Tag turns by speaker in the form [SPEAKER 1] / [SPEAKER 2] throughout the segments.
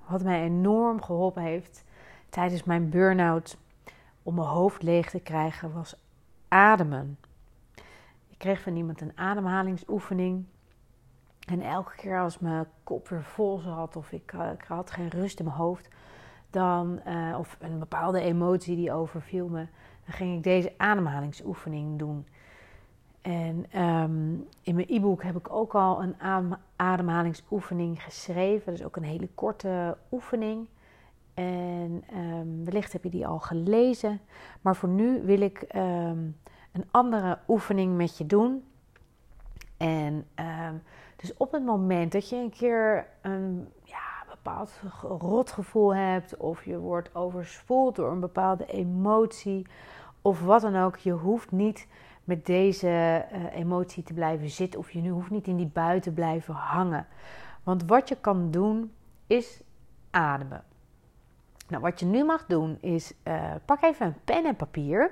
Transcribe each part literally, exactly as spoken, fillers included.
[SPEAKER 1] wat mij enorm geholpen heeft tijdens mijn burn-out om mijn hoofd leeg te krijgen, was ademen. Ik kreeg van iemand een ademhalingsoefening. En elke keer als mijn kop weer vol zat of ik, uh, ik had geen rust in mijn hoofd, dan, uh, of een bepaalde emotie die overviel me, dan ging ik deze ademhalingsoefening doen. En um, in mijn e-book heb ik ook al een ademhalingsoefening geschreven. Dat is ook een hele korte oefening. En um, wellicht heb je die al gelezen. Maar voor nu wil ik um, een andere oefening met je doen. En um, dus op het moment dat je een keer een ja, bepaald rotgevoel hebt, of je wordt overspoeld door een bepaalde emotie, of wat dan ook, je hoeft niet met deze uh, emotie te blijven zitten, of je hoeft niet in die bui te blijven hangen. Want wat je kan doen, is ademen. Nou, wat je nu mag doen, is uh, pak even een pen en papier.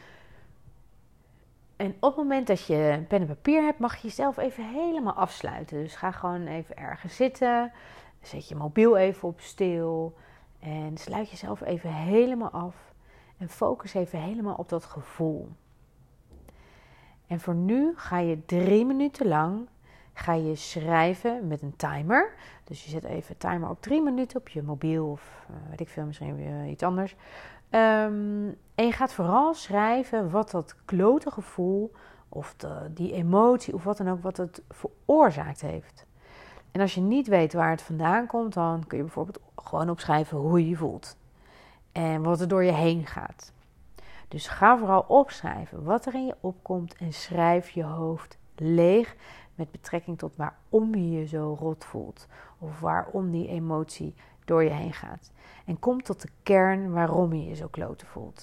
[SPEAKER 1] En op het moment dat je een pen en papier hebt, mag je jezelf even helemaal afsluiten. Dus ga gewoon even ergens zitten. Zet je mobiel even op stil. En sluit jezelf even helemaal af. En focus even helemaal op dat gevoel. En voor nu ga je drie minuten lang ga je schrijven met een timer. Dus je zet even timer op drie minuten op je mobiel of uh, weet ik veel, misschien uh, iets anders. Um, en je gaat vooral schrijven wat dat klote gevoel of de, die emotie of wat dan ook, wat het veroorzaakt heeft. En als je niet weet waar het vandaan komt, dan kun je bijvoorbeeld gewoon opschrijven hoe je je voelt. En wat er door je heen gaat. Dus ga vooral opschrijven wat er in je opkomt en schrijf je hoofd leeg met betrekking tot waarom je je zo rot voelt. Of waarom die emotie door je heen gaat. En kom tot de kern waarom je je zo klote voelt.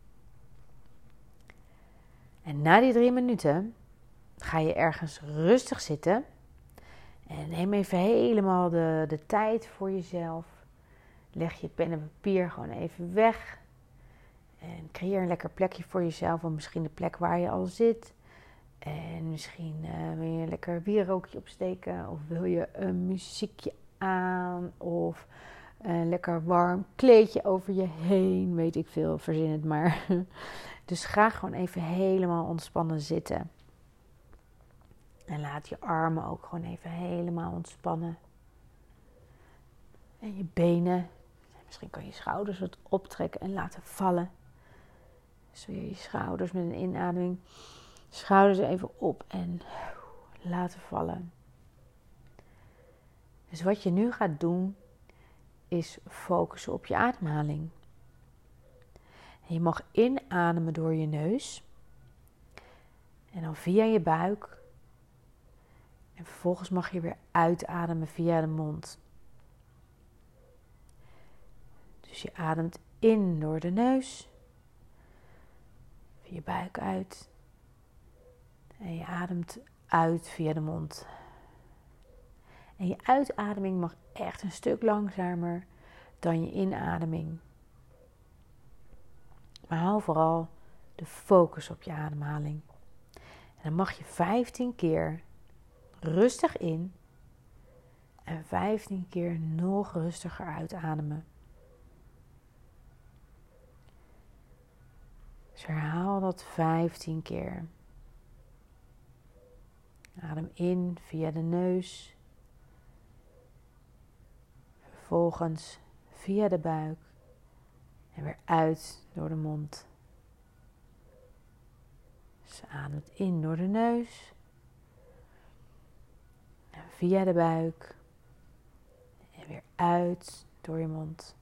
[SPEAKER 1] En na die drie minuten ga je ergens rustig zitten. En neem even helemaal de, de tijd voor jezelf. Leg je pen en papier gewoon even weg. En creëer een lekker plekje voor jezelf. Of misschien de plek waar je al zit. En misschien uh, wil je een lekker bierrookje opsteken. Of wil je een muziekje aan. Of een lekker warm kleedje over je heen. Weet ik veel, verzin het maar. Dus ga gewoon even helemaal ontspannen zitten. En laat je armen ook gewoon even helemaal ontspannen. En je benen. Misschien kan je schouders wat optrekken en laten vallen. Dus weer je schouders met een inademing. Schouders even op en laten vallen. Dus wat je nu gaat doen, is focussen op je ademhaling. En je mag inademen door je neus. En dan via je buik. En vervolgens mag je weer uitademen via de mond. Dus je ademt in door de neus. Via je buik uit. En je ademt uit via de mond. En je uitademing mag echt een stuk langzamer dan je inademing. Maar hou vooral de focus op je ademhaling. En dan mag je vijftien keer rustig in en vijftien keer nog rustiger uitademen. Dus herhaal dat vijftien keer. Adem in via de neus. Vervolgens via de buik. En weer uit door de mond. Dus adem in door de neus. En via de buik. En weer uit door je mond.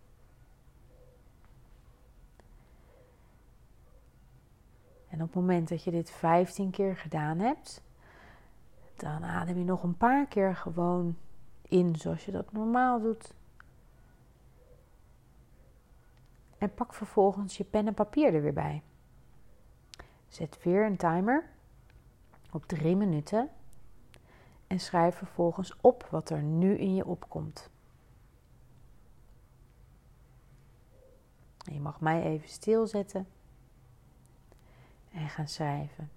[SPEAKER 1] En op het moment dat je dit vijftien keer gedaan hebt, dan adem je nog een paar keer gewoon in zoals je dat normaal doet. En pak vervolgens je pen en papier er weer bij. Zet weer een timer op drie minuten. En schrijf vervolgens op wat er nu in je opkomt. En je mag mij even stilzetten. En gaan schrijven.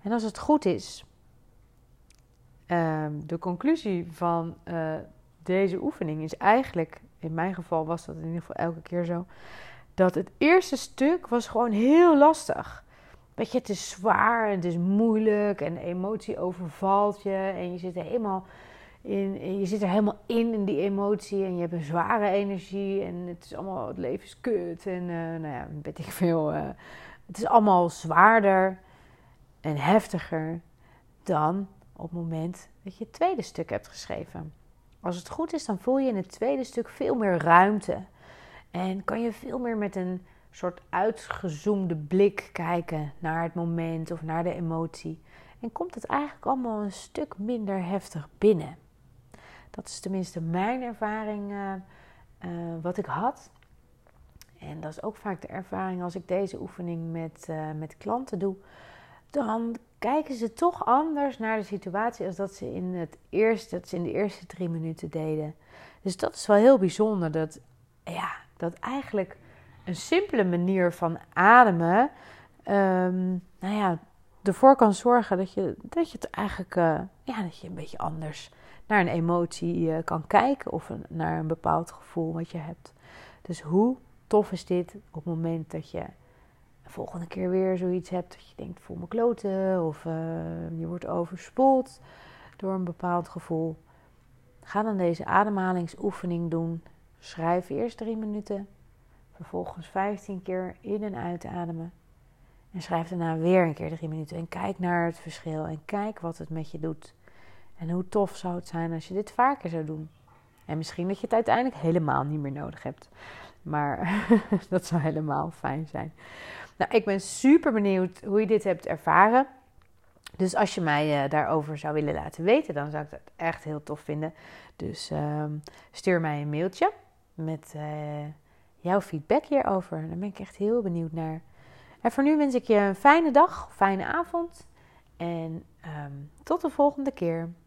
[SPEAKER 1] En als het goed is, uh, de conclusie van uh, deze oefening is eigenlijk, in mijn geval was dat in ieder geval elke keer zo, dat het eerste stuk was gewoon heel lastig. Weet je, het is zwaar en het is moeilijk en de emotie overvalt je en je zit er helemaal in, je zit er helemaal in, in die emotie en je hebt een zware energie en het is allemaal, het leven is kut en uh, nou ja, weet ik veel. Uh, het is allemaal zwaarder en heftiger dan op het moment dat je het tweede stuk hebt geschreven. Als het goed is, dan voel je in het tweede stuk veel meer ruimte. En kan je veel meer met een soort uitgezoomde blik kijken naar het moment of naar de emotie. En komt het eigenlijk allemaal een stuk minder heftig binnen. Dat is tenminste mijn ervaring uh, uh, wat ik had. En dat is ook vaak de ervaring als ik deze oefening met, uh, met klanten doe. Dan kijken ze toch anders naar de situatie als dat ze in, het eerste, dat ze in de eerste drie minuten deden. Dus dat is wel heel bijzonder. Dat, ja, dat eigenlijk een simpele manier van ademen um, nou ja, ervoor kan zorgen dat je, dat je het eigenlijk uh, ja, dat je een beetje anders naar een emotie uh, kan kijken of een, naar een bepaald gevoel wat je hebt. Dus hoe tof is dit op het moment dat je de volgende keer weer zoiets hebt dat je denkt, voel me kloten of uh, je wordt overspoeld door een bepaald gevoel. Ga dan deze ademhalingsoefening doen. Schrijf eerst drie minuten, vervolgens vijftien keer in- en uitademen. En schrijf daarna weer een keer drie minuten en kijk naar het verschil en kijk wat het met je doet. En hoe tof zou het zijn als je dit vaker zou doen. En misschien dat je het uiteindelijk helemaal niet meer nodig hebt. Maar dat zou helemaal fijn zijn. Nou, ik ben super benieuwd hoe je dit hebt ervaren. Dus als je mij uh, daarover zou willen laten weten, dan zou ik dat echt heel tof vinden. Dus uh, stuur mij een mailtje met uh, jouw feedback hierover. Daar ben ik echt heel benieuwd naar. En voor nu wens ik je een fijne dag, fijne avond. En um, tot de volgende keer.